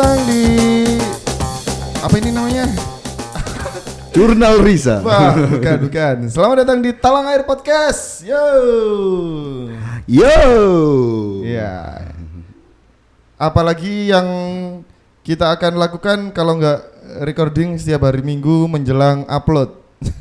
datang di apa ini namanya? Jurnal Risa. Wah, bukan. Selamat datang di Talang Air Podcast. Yo. Ya. Apalagi yang kita akan lakukan kalau nggak recording setiap hari Minggu menjelang upload.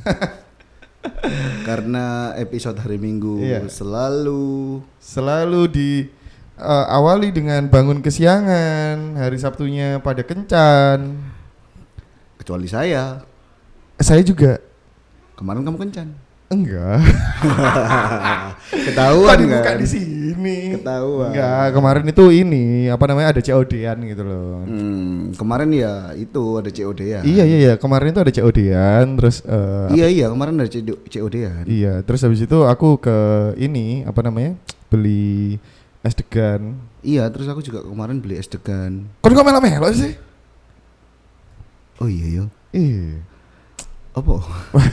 Karena episode hari Minggu selalu awali dengan bangun kesiangan, hari Sabtunya pada kencan. Kecuali saya. Saya juga. Kemarin kamu kencan? Enggak. Ketahuan kan? kan? Bukan di sini. Ketahuan. Enggak, kemarin itu ini apa namanya ada COD-an gitu loh. Kemarin ya itu ada COD-an. Iya, kemarin itu ada COD-an terus Iya, kemarin ada COD-an. Iya, terus habis itu aku ke ini apa namanya? Beli es degan. Iya, terus aku juga kemarin beli es degan. Kok melo-melo sih? Oh iya. Iya. Apa?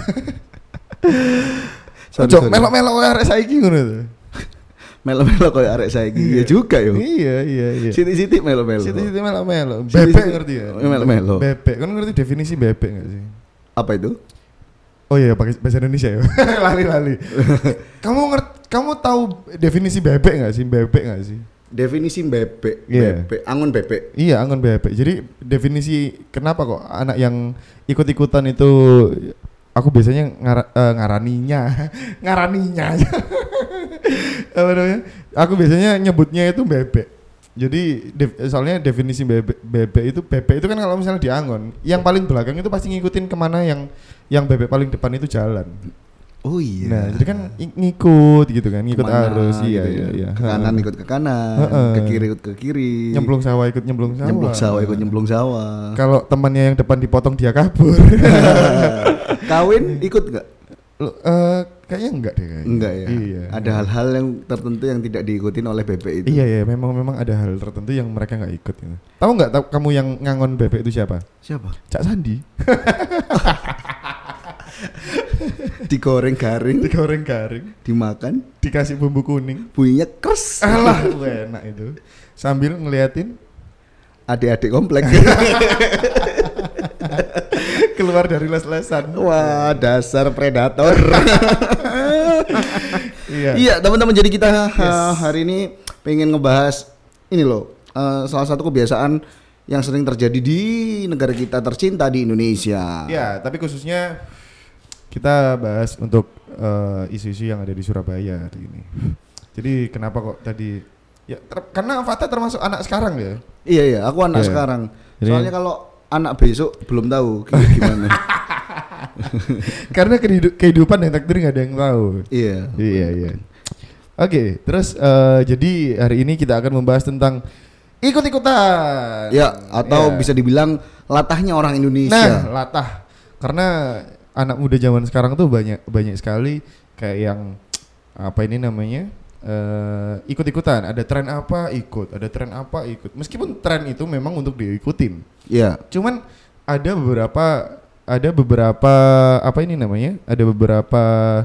Ojo melo-melo arek saiki ngono to. Melo-melo koyo arek saiki. Iya juga yo. Iya. Siti-siti melo-melo. Siti-siti melo-melo. Bebek ngerti ya? Melo-melo. Bebek. Kan ngerti definisi bebek enggak sih? Apa itu? Oh iya, pakai bahasa Indonesia ya. Lali. Kamu tahu definisi bebek enggak sih? Bebek enggak sih? Definisi bebek. Yeah. Bebek, angon bebek. Iya, angon bebek. Jadi definisi kenapa kok anak yang ikut-ikutan itu aku biasanya ngaraninya apa namanya? Aku biasanya nyebutnya itu bebek. Jadi soalnya definisi bebek itu kan kalau misalnya di angon, yang paling belakang itu pasti ngikutin kemana yang bebek paling depan itu jalan. Oh iya. Nah, jadi kan ngikut gitu kan, ngikut kemana, arus. Gitu iya. Ke kanan ikut ke kanan, ke kiri ikut ke kiri. Nyemplung sawah ikut nyemplung sawah. Nyemplung sawah ikut nyemplung sawah. Kalau temannya yang depan dipotong dia kabur. Kawin ikut enggak? Kayaknya enggak deh kayaknya. Enggak ya. Iya. Ada hal-hal yang tertentu yang tidak diikutin oleh bebek itu. Iya, memang ada hal tertentu yang mereka enggak ikut gitu. Tahu enggak kamu yang ngangon bebek itu siapa? Siapa? Cak Sandi. Digoreng garing, dimakan, dikasih bumbu kuning, bunyinya kres. Alah, enak itu. Sambil ngeliatin adik-adik komplek keluar dari les-lesan. Wah, dasar predator. Iya, teman-teman, jadi kita hari ini pengen ngebahas ini loh, salah satu kebiasaan yang sering terjadi di negara kita tercinta di Indonesia. Ya, tapi khususnya kita bahas untuk isu-isu yang ada di Surabaya hari ini. Jadi kenapa kok tadi? Ya karena Fata termasuk anak sekarang ya. Iya, aku anak sekarang. Jadi, soalnya kalau anak besok belum tahu gimana. Karena kehidupan dan takdir nggak ada yang tahu. Iya. Oke, terus jadi hari ini kita akan membahas tentang ikut-ikutan. Ya, atau bisa dibilang latahnya orang Indonesia. Nah, latah. Karena anak muda zaman sekarang tuh banyak sekali kayak yang apa ini namanya ikut-ikutan. Ada tren apa ikut, meskipun tren itu memang untuk diikutin. Iya. Cuman ada beberapa apa ini namanya, ada beberapa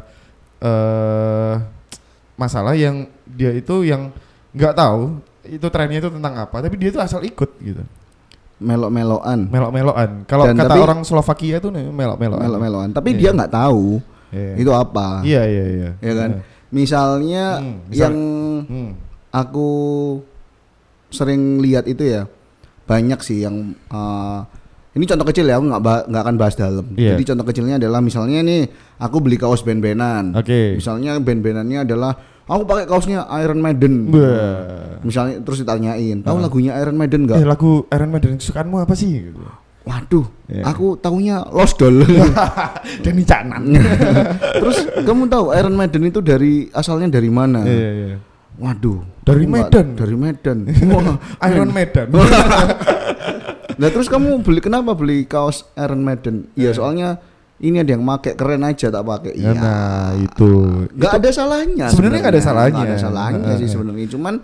masalah yang dia itu yang nggak tahu itu trennya itu tentang apa, tapi dia itu asal ikut gitu. Melok-melokan. Kalau kata orang Slovakia itu melok-melokan. Tapi dia nggak tahu itu apa. Iya. Ya kan. Misalnya yang aku sering lihat itu ya, banyak sih yang ini contoh kecil ya, aku nggak akan bahas dalam. Yeah. Jadi contoh kecilnya adalah misalnya nih aku beli kaos band-bandan. Okay. Misalnya band-bandannya adalah aku pakai kaosnya Iron Maiden. Misalnya terus ditanyain, tahu lagunya Iron Maiden nggak? Lagu Iron Maiden kesukaanmu apa sih? Gitu. Waduh, aku taunya Lost Doll. Deni Canan. Terus kamu tahu Iron Maiden itu asalnya dari mana? Iya. Waduh, dari Medan. Wah, Iron Maiden. Nah terus kamu kenapa beli kaos Iron Maiden? Iya soalnya ini ada yang pakai, keren aja tak pakai. Iya. Nah itu. Gak ada salahnya. Sebenarnya nggak ada salahnya. Nggak ada salahnya sih sebenarnya. Cuman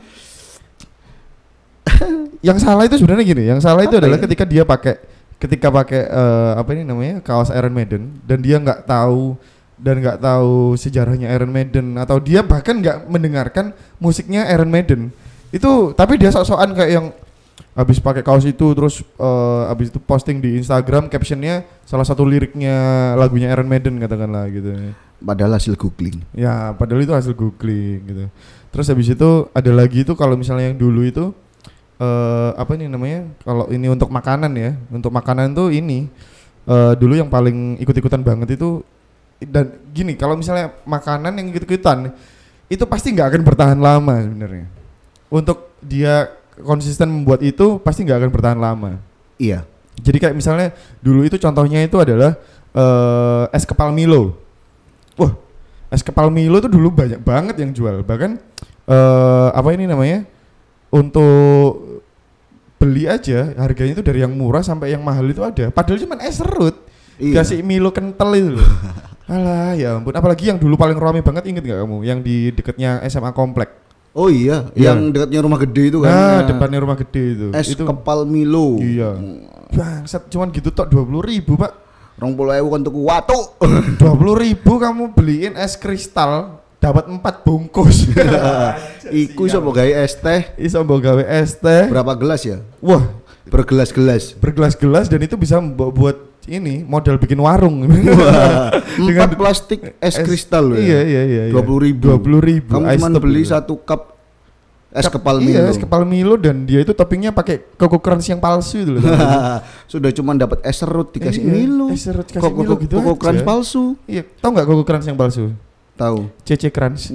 yang salah itu sebenarnya gini. Yang salah itu adalah ya? ketika pakai apa ini namanya kaos Iron Maiden dan dia nggak tahu sejarahnya Iron Maiden, atau dia bahkan nggak mendengarkan musiknya Iron Maiden itu, tapi dia sok-sokan kayak yang habis pakai kaos itu terus habis itu posting di Instagram captionnya salah satu liriknya lagunya Iron Maiden katakanlah gitu. Padahal hasil googling. Ya, padahal itu hasil googling gitu. Terus habis itu ada lagi itu kalau misalnya yang dulu itu apa ini namanya? Kalau ini untuk makanan ya, untuk makanan tuh ini dulu yang paling ikut-ikutan banget itu dan gini, kalau misalnya makanan yang ikut-ikutan itu pasti nggak akan bertahan lama sebenarnya. Untuk dia konsisten membuat itu pasti nggak akan bertahan lama. Iya. Jadi kayak misalnya dulu itu contohnya itu adalah es kepal Milo. Wah, es kepal Milo itu dulu banyak banget yang jual. Bahkan apa ini namanya? Untuk beli aja harganya itu dari yang murah sampai yang mahal itu ada. Padahal cuma es serut. Iya. Kasih Milo kental itu loh. Alah ya ampun, apalagi yang dulu paling ramai banget, inget gak kamu? Yang di dekatnya SMA Komplek. Oh iya, yang dekatnya rumah gede itu kan. Nah, depannya rumah gede itu. Es itu kepal Milo. Iya. Bangsat, cuman gitu tok 20.000, Pak. 20.000 kan tuku watu. 20.000 kamu beliin es kristal dapat 4 bungkus. Iku iso mbok gawe es teh. Iso mbok gawe es teh. Berapa gelas ya? Wah, bergelas-gelas. Bergelas-gelas dan itu bisa buat ini modal bikin warung. Wah, 4 plastik es kristal loh. Iya. 20.000. Kamu cuma beli 1 cup es kepal Milo. Iya, es kepal Milo dan dia itu toppingnya pakai Coco Crunch yang palsu itu loh. Sudah cuma dapat es serut dikasih Milo. Es serut kasih Milo gitu Coco aja. Crunch palsu. Iya, tahu enggak Coco Crunch yang palsu? Tahu. CC Crunch.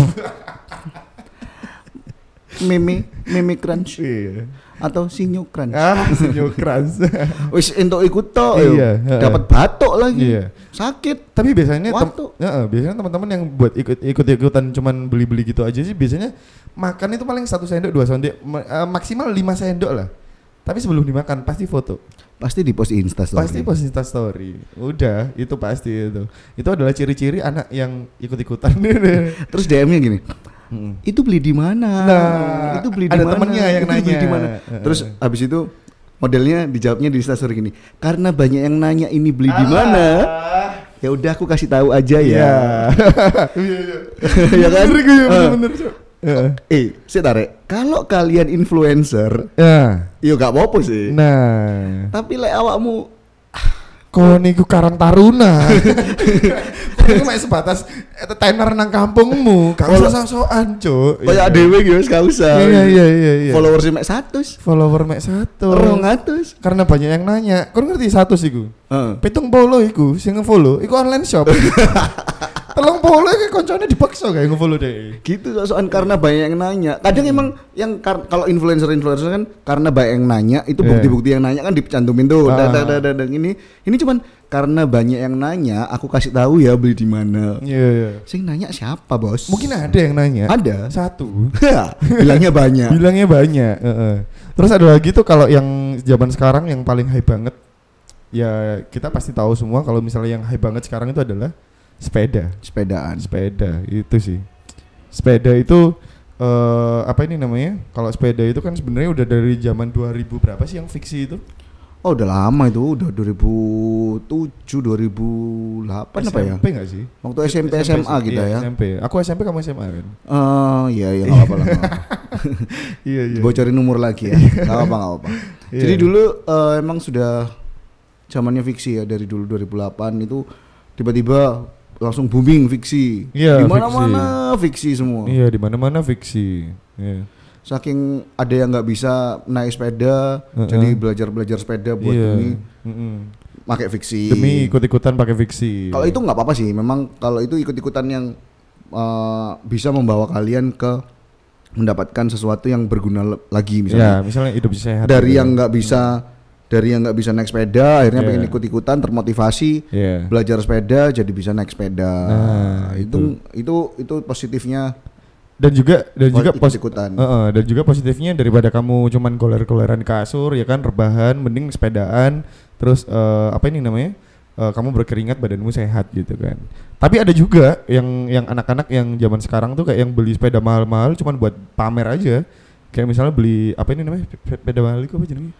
Mimi Crunch. Iya. Atau Sinyo Crunch. Sinyo Crunch. Wis entuk ikut tok. Iya, dapat batuk lagi. Iya. Sakit. Tapi biasanya biasanya teman-teman yang buat ikut-ikutan cuman beli-beli gitu aja sih biasanya makan itu paling 1 sendok 2 sendok maksimal 5 sendok lah. Tapi sebelum dimakan pasti foto. Pasti di post Insta story. Pasti post Insta story. Udah, itu pasti itu. Itu adalah ciri-ciri anak yang ikut-ikutan. Terus DM-nya gini. Itu beli di mana? Nah, itu beli di ada mana? temennya yang nanya. Beli di mana? Terus habis itu modelnya dijawabnya di Insta story gini. Karena banyak yang nanya ini beli di mana? Ya udah aku kasih tahu aja ya. Ya kan? Bener. Saya tarik. Kalau kalian influencer, yo gak apa-apa sih. Nah, tapi lek awakmu kok niku Karang Taruna. Iku mek sebatas tenar nang kampungmu, gak usah sok-sokan, Cuk. Kayak dhewe iki wis gak usah. Iya. Followersnya mek 100. Follower mek 100. Karena banyak yang nanya. Kon ngerti 100 iku? Heeh. 70 iku sing nge-follow iku online shop. 30 iki koncone dipaksa kayak nge-follow deh. Gitu soal karena banyak yang nanya. Kadang emang yang kalau influencer kan karena banyak yang nanya, itu bukti-bukti yang nanya kan dicantumin tuh. Dan ini cuman karena banyak yang nanya, aku kasih tahu ya beli di mana. Iya. Sing nanya siapa, Bos? Mungkin ada yang nanya. Ada. 1. Bilangnya banyak. Terus ada lagi tuh kalau yang zaman sekarang yang paling hype banget. Ya, kita pasti tahu semua kalau misalnya yang hype banget sekarang itu adalah sepeda itu sih. Sepeda itu apa ini namanya? Kalau sepeda itu kan sebenarnya udah dari zaman 2000 berapa sih yang fiksi itu? Oh udah lama itu, udah 2007, 2008 apa ya? SMP nggak sih? Waktu SMP SMA sih. kita Iya, ya. SMP. Aku SMP kamu SMA kan? Iya nggak apa-apa lah. Iya. Bocorin umur lagi ya, nggak apa-apa. Jadi dulu emang sudah zamannya fiksi ya, dari dulu 2008 itu tiba-tiba langsung booming fiksi. Iya, di mana-mana fiksi semua. Iya, di mana-mana fiksi. Iya. Saking ada yang nggak bisa naik sepeda, jadi belajar sepeda buat ini, pakai fiksi. Demi ikut-ikutan pakai fiksi. Kalau itu nggak apa-apa sih, memang kalau itu ikut-ikutan yang bisa membawa kalian ke mendapatkan sesuatu yang berguna lagi, misalnya. Ya, misalnya hidup sehat. Dari yang nggak bisa naik sepeda, akhirnya pengen ikut-ikutan, termotivasi, belajar sepeda, jadi bisa naik sepeda. Nah, itu positifnya. Dan juga positifnya daripada kamu cuman goler-goleran di kasur ya kan, rebahan, mending sepedaan, terus apa ini namanya, kamu berkeringat, badanmu sehat gitu kan. Tapi ada juga yang anak-anak yang zaman sekarang tuh kayak yang beli sepeda mahal-mahal cuman buat pamer aja, kayak misalnya beli apa ini namanya, sepeda mahal itu apa jenisnya?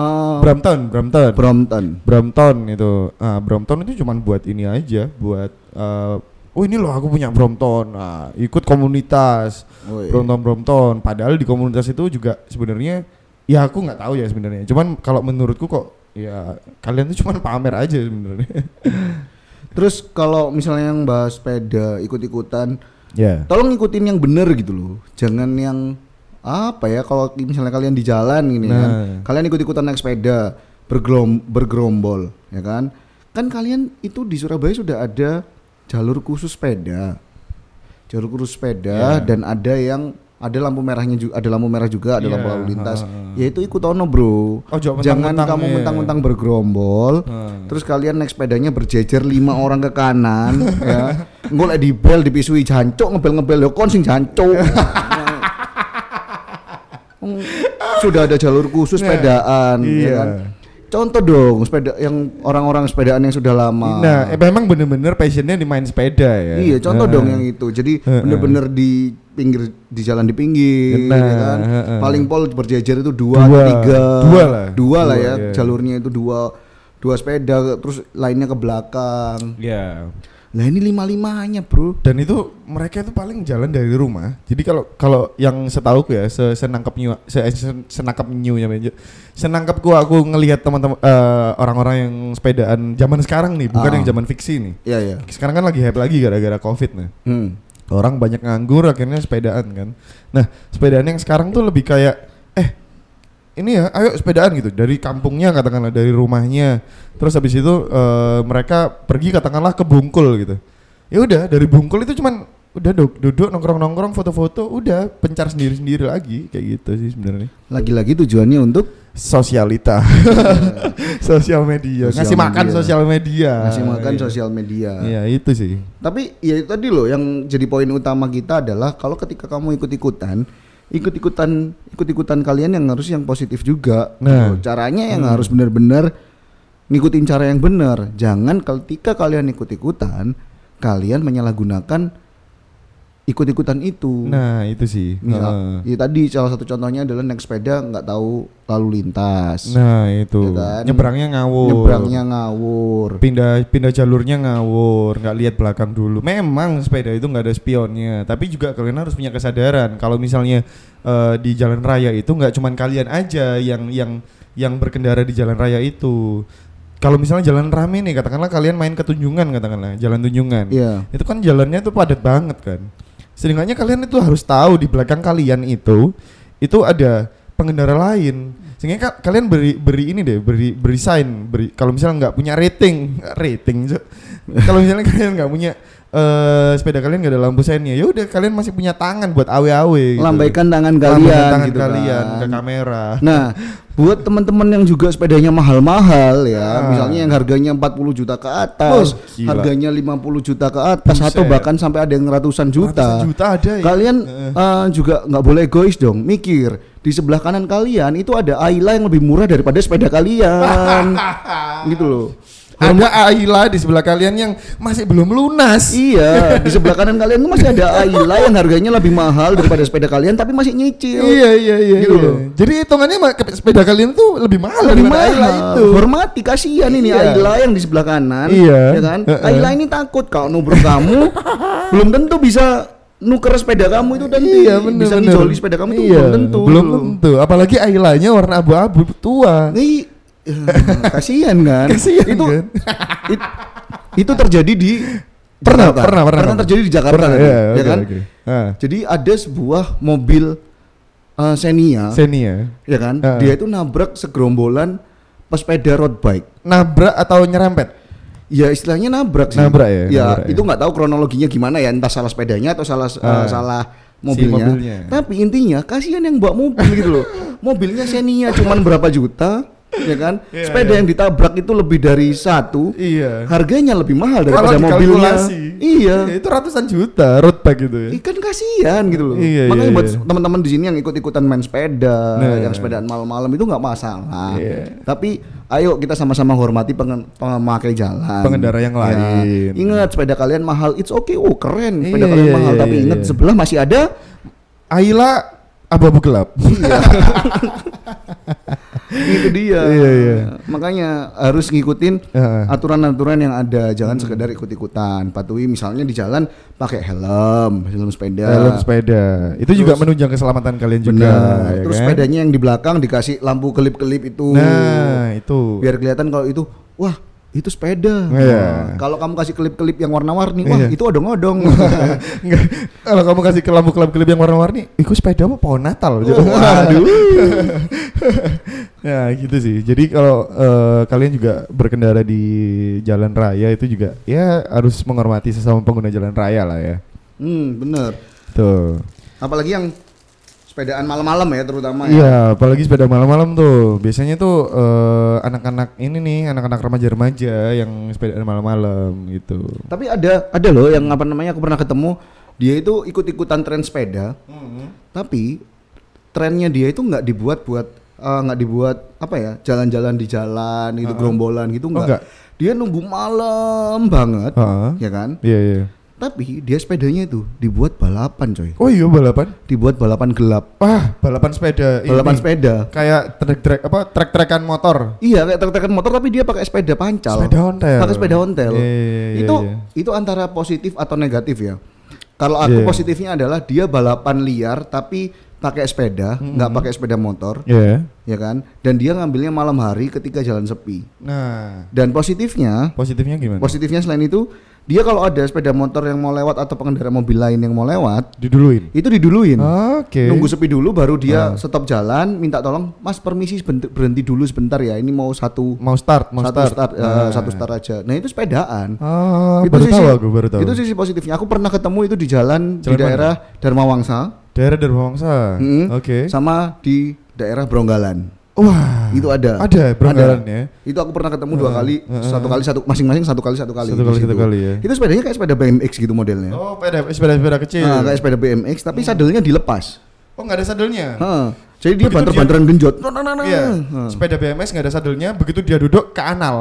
Brompton itu. Brompton itu cuman buat ini aja, buat oh ini loh aku punya Brompton. Ikut komunitas Brompton. Padahal di komunitas itu juga sebenarnya Ya aku nggak tahu ya sebenarnya. Cuman kalau menurutku kok ya kalian tuh cuman pamer aja sebenarnya. Terus kalau misalnya yang bahas sepeda ikut-ikutan, tolong ikutin yang bener gitu loh. Jangan yang apa ya, kalau misalnya kalian di jalan gini kan, kalian ikut-ikutan naik sepeda, bergerombol, ya kan? Kan kalian itu di Surabaya sudah ada jalur khusus sepeda. Dan ada lampu merahnya juga, ada lampu merah juga, ada lampu lalu lintas. Ya itu ikut ono, bro. Jangan kamu mentang-mentang bergerombol, terus kalian naik sepedanya berjejer 5 orang ke kanan, ya. Engko lek di bel dipisui jancuk, ngebel-ngebel yo kon sing jancuk. Sudah ada jalur khusus sepedaan, ya kan? Contoh dong sepeda yang orang-orang sepedaan yang sudah lama. Nah, memang bener-bener passionnya di main sepeda ya. Iya, contoh dong yang itu. Jadi bener-bener di pinggir, di jalan di pinggir, ya kan. Paling pol berjejer itu 2 lah ya. Jalurnya itu dua sepeda, terus lainnya ke belakang. Iya. Nah ini 5-5-nya bro. Dan itu mereka itu paling jalan dari rumah. Jadi kalau yang setauku ya, senangkapku aku ngelihat teman-teman orang-orang yang sepedaan zaman sekarang nih, bukan yang zaman fiksi nih. Iya. Sekarang kan lagi hype lagi gara-gara Covid nih. Orang banyak nganggur akhirnya sepedaan kan. Nah, sepedaan yang sekarang tuh lebih kayak ini ya, ayo sepedaan gitu dari kampungnya katakanlah, dari rumahnya. Terus habis itu mereka pergi katakanlah ke Bungkul gitu. Ya udah dari Bungkul itu cuman udah duduk nongkrong-nongkrong foto-foto, udah pencar sendiri-sendiri lagi kayak gitu sih sebenarnya. Lagi-lagi tujuannya untuk sosialita. Sosial media. Ngasih makan sosial media. Iya, itu sih. Tapi ya itu tadi loh yang jadi poin utama kita adalah kalau ketika kamu ikut-ikutan kalian yang harus yang positif juga. Nah, caranya yang harus benar-benar ngikutin cara yang benar. Jangan ketika kalian ikut-ikutan kalian menyalahgunakan ikut-ikutan itu. Nah, itu sih. Ya tadi salah satu contohnya adalah naik sepeda nggak tahu lalu lintas. Nah, itu. Ya kan? Nyebrangnya ngawur. Pindah jalurnya ngawur, nggak lihat belakang dulu. Memang sepeda itu nggak ada spionnya, tapi juga kalian harus punya kesadaran kalau misalnya di jalan raya itu nggak cuman kalian aja yang berkendara di jalan raya itu. Kalau misalnya jalan rame nih, katakanlah kalian main ke Tunjungan, katakanlah jalan Tunjungan, itu kan jalannya tuh padat banget kan. Setidaknya kalian itu harus tahu di belakang kalian itu ada pengendara lain. Sehingga kalian beri sign, kalau misalnya nggak punya rating. Kalau misalnya kalian nggak punya sepeda kalian nggak ada lampu seinnya, ya udah kalian masih punya tangan buat awe-awe. Gitu. Lambaikan tangan kalian ke kamera. Nah, buat teman-teman yang juga sepedanya mahal-mahal ya, misalnya yang harganya 40 juta ke atas, harganya 50 juta ke atas, atau bahkan sampai ada yang ratusan juta ada ya. Kalian juga nggak boleh egois dong, mikir di sebelah kanan kalian itu ada Ayla yang lebih murah daripada sepeda kalian. Gitu loh. Ada Ayla di sebelah kalian yang masih belum lunas. Iya, di sebelah kanan kalian tuh masih ada Ayla yang harganya lebih mahal daripada sepeda kalian tapi masih nyicil. Iya. Gitu loh. Jadi hitungannya sepeda kalian tuh lebih mahal daripada Ayla itu. Hormati, kasihan ini Ayla yang di sebelah kanan. Iya. Ya kan? Ayla ini takut kalau nubruk kamu belum tentu bisa nuker sepeda kamu itu dan bisa ngijoli sepeda kamu itu belum tentu. Apalagi Aylanya warna abu-abu tua. Kasihan kan? Itu terjadi di pernah terjadi di Jakarta ya kan? Jadi ada sebuah mobil Xenia ya kan? Dia itu nabrak segerombolan pesepeda road bike. Nabrak atau nyerempet? Ya istilahnya nabrak sih. Nabrak ya. Itu nggak tahu kronologinya gimana ya, entah salah sepedanya atau salah mobilnya. Tapi intinya kasihan yang bawa mobil gitu loh. Mobilnya Xenia cuman berapa juta, ya kan? Sepeda yang ditabrak itu lebih dari 1. Harganya lebih mahal daripada mobilnya. Itu ratusan juta road bike gitu ya. Kan kasihan gitu loh. Makanya buat teman-teman di sini yang ikut-ikutan main sepeda, yang sepedaan malam-malam itu nggak masalah. Tapi ayo kita sama-sama hormati pemakai jalan, pengendara yang lain. Ingat sepeda kalian mahal, it's okay. Oh keren, sepeda kalian mahal, tapi ingat sebelah masih ada Ayla abu-abu gelap. Itu dia. Iya. Makanya harus ngikutin aturan-aturan yang ada, jangan sekedar ikut-ikutan. Patuhi misalnya di jalan pakai helm sepeda. Helm sepeda. Itu terus, juga menunjang keselamatan kalian juga. Ya terus kan? sepedanya yang di belakang dikasih lampu kelip-kelip itu. Nah, itu. Biar kelihatan kalau itu, wah, itu sepeda. Iya. Kalau kamu kasih kelip-kelip yang warna-warni, wah itu odong-odong. Enggak. Kalau kamu kasih ke lampu kelip yang warna-warni, itu sepeda mau pohon Natal. Waduh. Ya gitu sih. Jadi kalau kalian juga berkendara di jalan raya itu juga ya harus menghormati sesama pengguna jalan raya lah ya. Bener. Tuh. Apalagi yang sepedaan malam-malam ya terutama ya. Iya, apalagi sepeda malam-malam tuh. Biasanya tuh anak-anak ini nih, anak-anak remaja-remaja yang sepedaan malam-malam gitu. Tapi ada loh yang apa namanya aku pernah ketemu, dia itu ikut-ikutan tren sepeda. Tapi trennya dia itu nggak dibuat apa ya, jalan-jalan di jalan gitu, gerombolan gitu enggak. Dia nunggu malam banget, ya kan? Iya. Tapi dia sepedanya itu dibuat balapan, coy. Oh iya, balapan? Dibuat balapan gelap. Wah, balapan sepeda. Balapan sepeda. Kayak trek-trekan motor. Iya, kayak trek-trekan motor tapi dia pakai sepeda pancal. Sepeda ontel. Pakai sepeda ontel. Iya. Itu antara positif atau negatif ya. Kalau aku positifnya adalah dia balapan liar tapi pakai sepeda, nggak pakai sepeda motor. Iya. Ya kan? Dan dia ngambilnya malam hari ketika jalan sepi. Nah, dan positifnya gimana? Positifnya selain itu, dia kalau ada sepeda motor yang mau lewat atau pengendara mobil lain yang mau lewat, Itu diduluin. Oke. Nunggu sepi dulu baru dia stop jalan, minta tolong, "Mas, permisi berhenti dulu sebentar ya. Ini mau satu start aja." Nah, itu sepedaan. Itu baru tahu. Itu sisi positifnya. Aku pernah ketemu itu di jalan di daerah Dharma Wangsa. Oke. Sama di daerah Bronggalan. Wah, itu ada Bronggalan ya. Itu aku pernah ketemu 2 kali, masing-masing satu kali. Satu kali ya. Itu sepedanya kayak sepeda BMX gitu modelnya. Oh, sepeda kecil. Nah, kayak sepeda BMX tapi sadelnya dilepas. Oh, nggak ada sadelnya. Jadi dia banter-banteran genjot. Iya. Sepeda BMX nggak ada sadelnya, begitu dia duduk ke anal.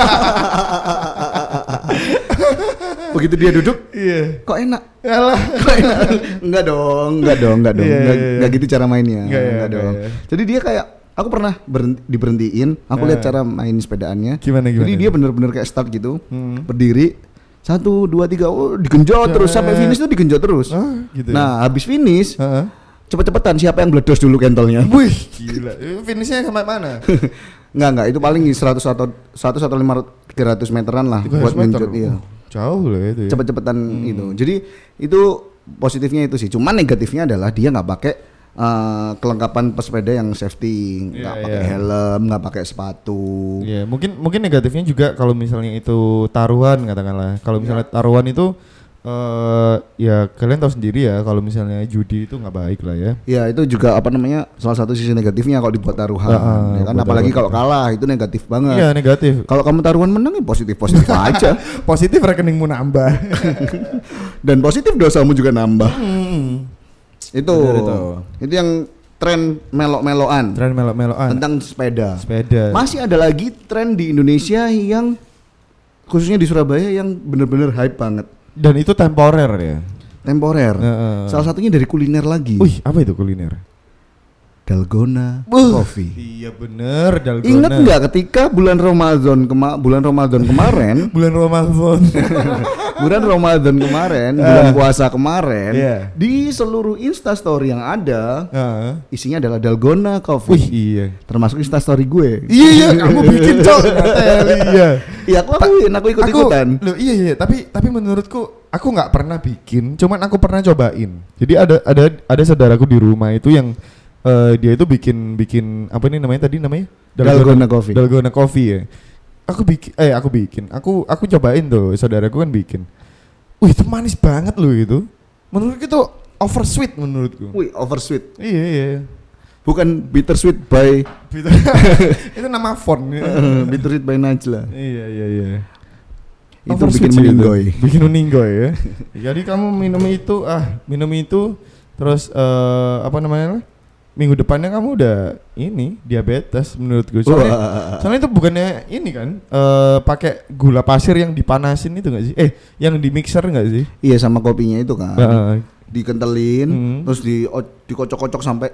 Begitu dia duduk, kok enak? Yalah. Kok enak? Enggak dong. Enggak gitu cara mainnya. Enggak dong. Jadi dia kayak, aku pernah diberhentiin, aku lihat cara main sepedaannya. Gimana? Jadi dia bener-bener kayak start gitu, berdiri, 1, 2, 3, digenjot terus sampai finish tuh digenjot terus. Gitu. Nah, habis finish, cepet-cepetan siapa yang bledos dulu kentolnya. Wih, gila. Finishnya sampai mana? Enggak, itu paling 100 atau 300 meteran lah buat genjot. Iya. Jauh lah itu ya. Cepet-cepetan itu. Jadi itu positifnya itu sih. Cuman negatifnya adalah dia nggak pakai kelengkapan pesepeda yang safety, nggak pakai helm, nggak pakai sepatu. Iya, mungkin negatifnya juga kalau misalnya itu taruhan katakanlah. Kalau misalnya taruhan itu ya kalian tahu sendiri ya kalau misalnya judi itu nggak baik lah ya. Ya itu juga apa namanya salah satu sisi negatifnya kalau dibuat taruhan. Ya kan apalagi kalau kalah itu negatif banget. Iya negatif. Kalau kamu taruhan menang ya positif aja. Positif rekeningmu nambah. Dan positif dosamu juga nambah. Itu yang tren melok-melokan. Tentang sepeda. Masih ada lagi tren di Indonesia yang khususnya di Surabaya yang benar-benar hype banget. Dan itu temporer ya. Salah satunya dari kuliner lagi. Wih, apa itu kuliner? Dalgona Coffee. Iya bener, Dalgona. Ingat nggak ketika bulan Ramadan kemarin? bulan puasa kemarin, di seluruh Instastory yang ada, isinya adalah Dalgona Coffee. Wih, iya. Termasuk Instastory gue. Iya, kamu bikin cok. Iya, aku ikut-ikutan. Iya, tapi menurutku aku nggak pernah bikin, cuman aku pernah cobain. Jadi ada saudaraku di rumah itu yang dia itu bikin apa ini namanya tadi namanya? Dalgona Coffee ya. Aku bikin. Aku cobain tuh, saudaraku kan bikin. Wih, itu manis banget loh itu. Menurutku itu oversweet menurutku. Wih, oversweet. Iya. Bukan bittersweet by itu nama font. Bittersweet by Najla. Iya. Itu bikin meninggoy ya. Jadi kamu minum itu terus apa namanya? Minggu depannya kamu udah diabetes menurutku. Soalnya itu bukannya ini kan pakai gula pasir yang dipanasin itu nggak sih? Yang di mixer nggak sih? Iya, sama kopinya itu kan. Dikentelin terus dikocok-kocok sampai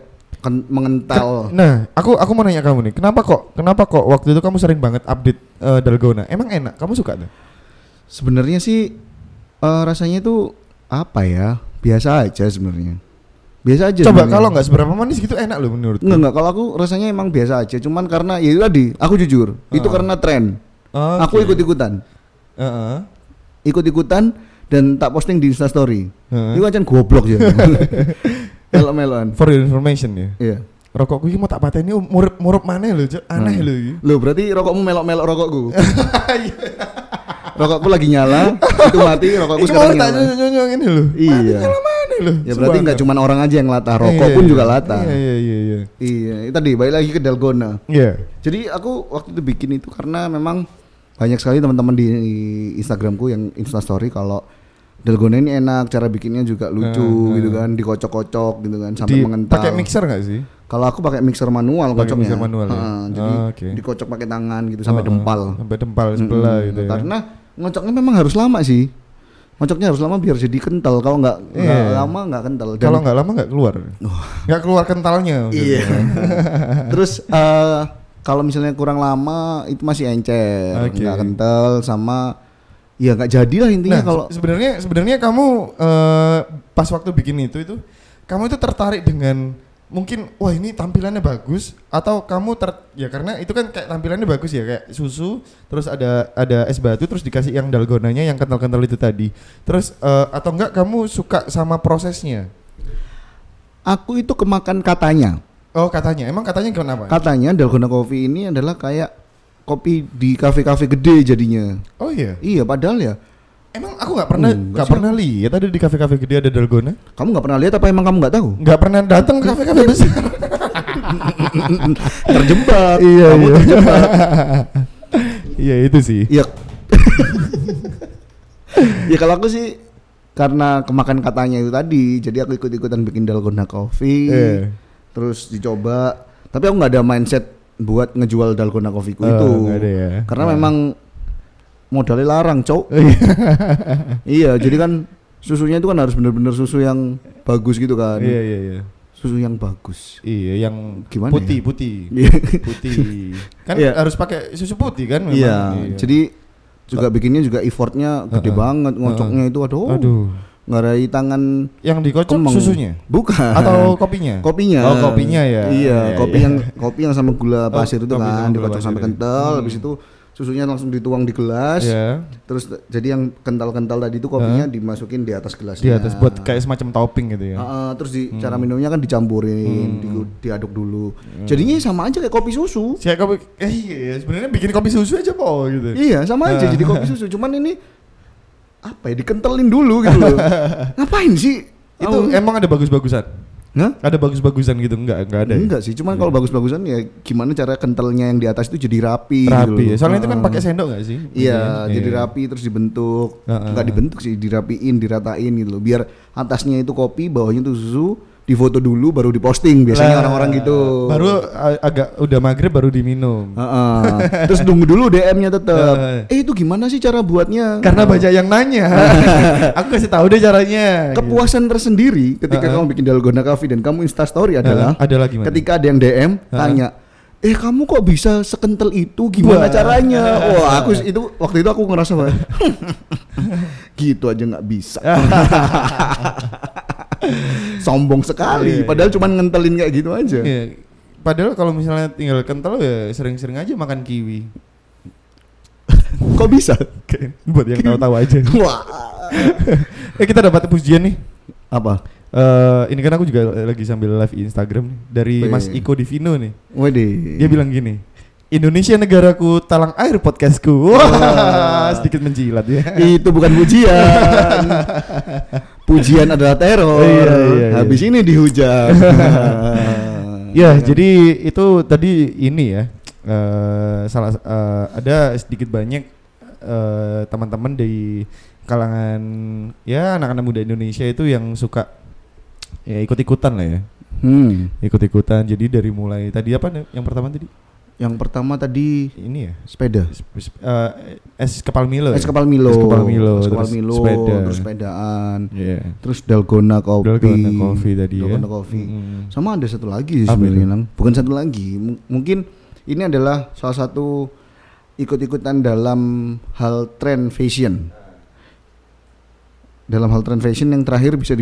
mengental. Nah, aku mau nanya kamu nih, kenapa kok waktu itu kamu sering banget update dalgona? Emang enak? Kamu suka tuh? Sebenarnya sih rasanya itu apa ya? Biasa aja sebenarnya. Biasa aja. Coba kalau nggak seberapa manis gitu enak loh menurutku. Enggak, kalau aku rasanya emang biasa aja. Cuman karena ya itu tadi, aku jujur, itu karena tren. Okay. Aku ikut-ikutan. Ikut-ikutan dan tak posting di Instastory. Itu aja goblok ya. Melo-meloan. For your information ya. Iya. Rokokku ini mau tak pateni murup mana lho, aneh lho iki. Loh, berarti rokokmu melok-melok rokokku. Rokokku lagi nyala, itu mati, rokokku sekarang nyala. Ini nyonyong ini lho. Iya. Nyala mana lho? Ya berarti enggak cuma orang aja yang latah, rokok pun juga latah. Iya. Iya, itu tadi balik lagi ke dalgona. Iya. Jadi aku waktu itu bikin itu karena memang banyak sekali teman-teman di Instagramku yang Instastory kalau dalgona ini enak, cara bikinnya juga lucu gitu kan, dikocok-kocok gitu kan sampai mengental. Pakai mixer enggak sih? Kalau aku pakai mixer manual kocoknya. Mixer manual ya? Jadi dikocok pakai tangan gitu sampai dempal. Sampai dempal sebelah gitu ya. Karena ngocoknya memang harus lama sih. Ngocoknya harus lama biar jadi kental. Kalau nggak lama nggak kental. Kalau nggak lama nggak keluar. Nggak keluar kentalnya. Iya. Terus kalau misalnya kurang lama itu masih encer, nggak kental sama ya nggak jadilah intinya. Kalau sebenarnya kamu pas waktu bikin itu kamu itu tertarik dengan mungkin wah ini tampilannya bagus atau kamu ya karena itu kan kayak tampilannya bagus ya kayak susu terus ada es batu terus dikasih yang dalgonanya yang kental-kental itu tadi terus atau enggak kamu suka sama prosesnya? Aku itu kemakan katanya. Oh katanya, emang katanya kenapa? Katanya dalgona coffee ini adalah kayak kopi di kafe-kafe gede jadinya. Oh iya? Iya padahal ya. Emang aku nggak pernah lihat ada di kafe-kafe gede ada dalgona. Kamu nggak pernah lihat apa emang kamu nggak tahu? Nggak pernah datang ke kafe-kafe besar. Terjebak. Iya. Kamu terjebak. Iya itu sih. Iya. Ya kalau aku sih karena kemakan katanya itu tadi, jadi aku ikut-ikutan bikin dalgona coffee. Terus dicoba. Tapi aku nggak ada mindset buat ngejual dalgona coffeeku itu. Nggak ada ya. Karena memang modalnya larang, cowok. Iya, jadi kan susunya itu kan harus benar-benar susu yang bagus gitu kan. Iya. Susu yang bagus. Iya, yang gimana? Putih. Putih. Kan harus pakai susu putih kan memang. Iya. Jadi juga bikinnya juga effortnya gede banget, ngocoknya itu aduh. Ngarai tangan yang dikocok susunya? Bukan. Atau kopinya? Kopinya. Oh, kopinya ya. Iya, kopi yang sama gula pasir itu kan dikocok sampai kental, habis itu susunya langsung dituang di gelas, terus jadi yang kental-kental tadi itu kopinya dimasukin di atas gelasnya. Di atas buat kayak semacam topping gitu ya. Terus cara minumnya kan dicampurin, diaduk dulu. Jadinya sama aja kayak kopi susu. Kayak kopi, iya sebenarnya bikin kopi susu aja po gitu. Iya sama aja jadi kopi susu, cuman ini apa ya dikentelin dulu gitu loh. Ngapain sih? Itu emang ada bagus-bagusan? Hah? Ada bagus-bagusan gitu? Enggak ada. Enggak sih, cuman kalau bagus-bagusan ya gimana cara kentalnya yang di atas itu jadi rapi gitu. ya. Soalnya itu kan pakai sendok enggak sih? Iya, jadi rapi terus dibentuk. Enggak dibentuk sih, dirapiin, diratain gitu loh. Biar atasnya itu kopi, bawahnya itu susu, difoto dulu baru diposting biasanya orang-orang gitu. Baru agak udah maghrib baru diminum. Terus tunggu dulu DM-nya tetap. Itu gimana sih cara buatnya? Karena banyak yang nanya. Aku kasih tahu deh caranya. Kepuasan tersendiri ketika kamu bikin dalgona coffee dan kamu Instastory adalah ketika ada yang DM tanya, kamu kok bisa sekental itu, gimana caranya? Wah, waktu itu aku ngerasa banget. Gitu aja nggak bisa. Sombong sekali, padahal cuma ngentelin kayak gitu aja. Padahal kalau misalnya tinggal kental ya sering-sering aja makan kiwi. Kok bisa? Buat yang tahu-tahu aja. Wah. Kita dapat pujian nih. Apa? Ini kan aku juga lagi sambil live Instagram nih, dari Mas Iko Divino nih. Waduh. Dia bilang gini, Indonesia negaraku, talang air podcastku. Wah, sedikit menjilat ya. Itu bukan pujian. Pujian adalah teror. Iya. Habis ini dihujat. Ya, jadi itu tadi ini ya. Ada sedikit banyak teman-teman dari kalangan ya anak-anak muda Indonesia itu yang suka ya ikut-ikutan lah ya. Ikut-ikutan. Jadi dari mulai tadi apa yang pertama tadi? Yang pertama tadi ini ya, sepeda. Es Kepal Milo. Es Kepal Milo. Terus sepedaan. Yeah. Terus Dalgona Coffee. Dalgona Coffee tadi Dalgona Coffee. Sama ada satu lagi sebenarnya, bukan satu lagi. Mungkin ini adalah salah satu ikut-ikutan dalam hal trend fashion. Dalam hal trend fashion yang terakhir bisa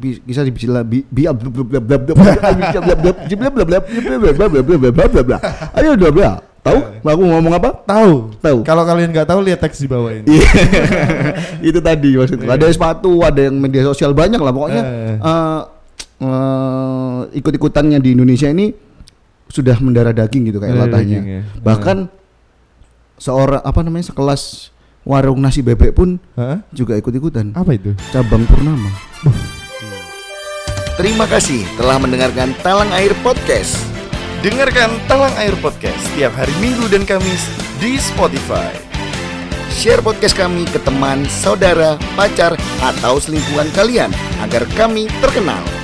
ayo tahu aku ngomong apa? Tahu. Kalau kalian nggak tahu lihat teks di bawah ini. Itu tadi maksudnya. Ada sepatu, ada yang media sosial banyak lah pokoknya. Ikut-ikutannya di Indonesia ini sudah mendarah daging gitu kayak latahnya. Bahkan seorang sekelas warung nasi bebek pun juga ikut-ikutan. Apa itu? Cabang Purnama. Terima kasih telah mendengarkan Talang Air Podcast. Dengarkan Talang Air Podcast setiap hari Minggu dan Kamis di Spotify. Share podcast kami ke teman, saudara, pacar, atau selingkuhan kalian agar kami terkenal.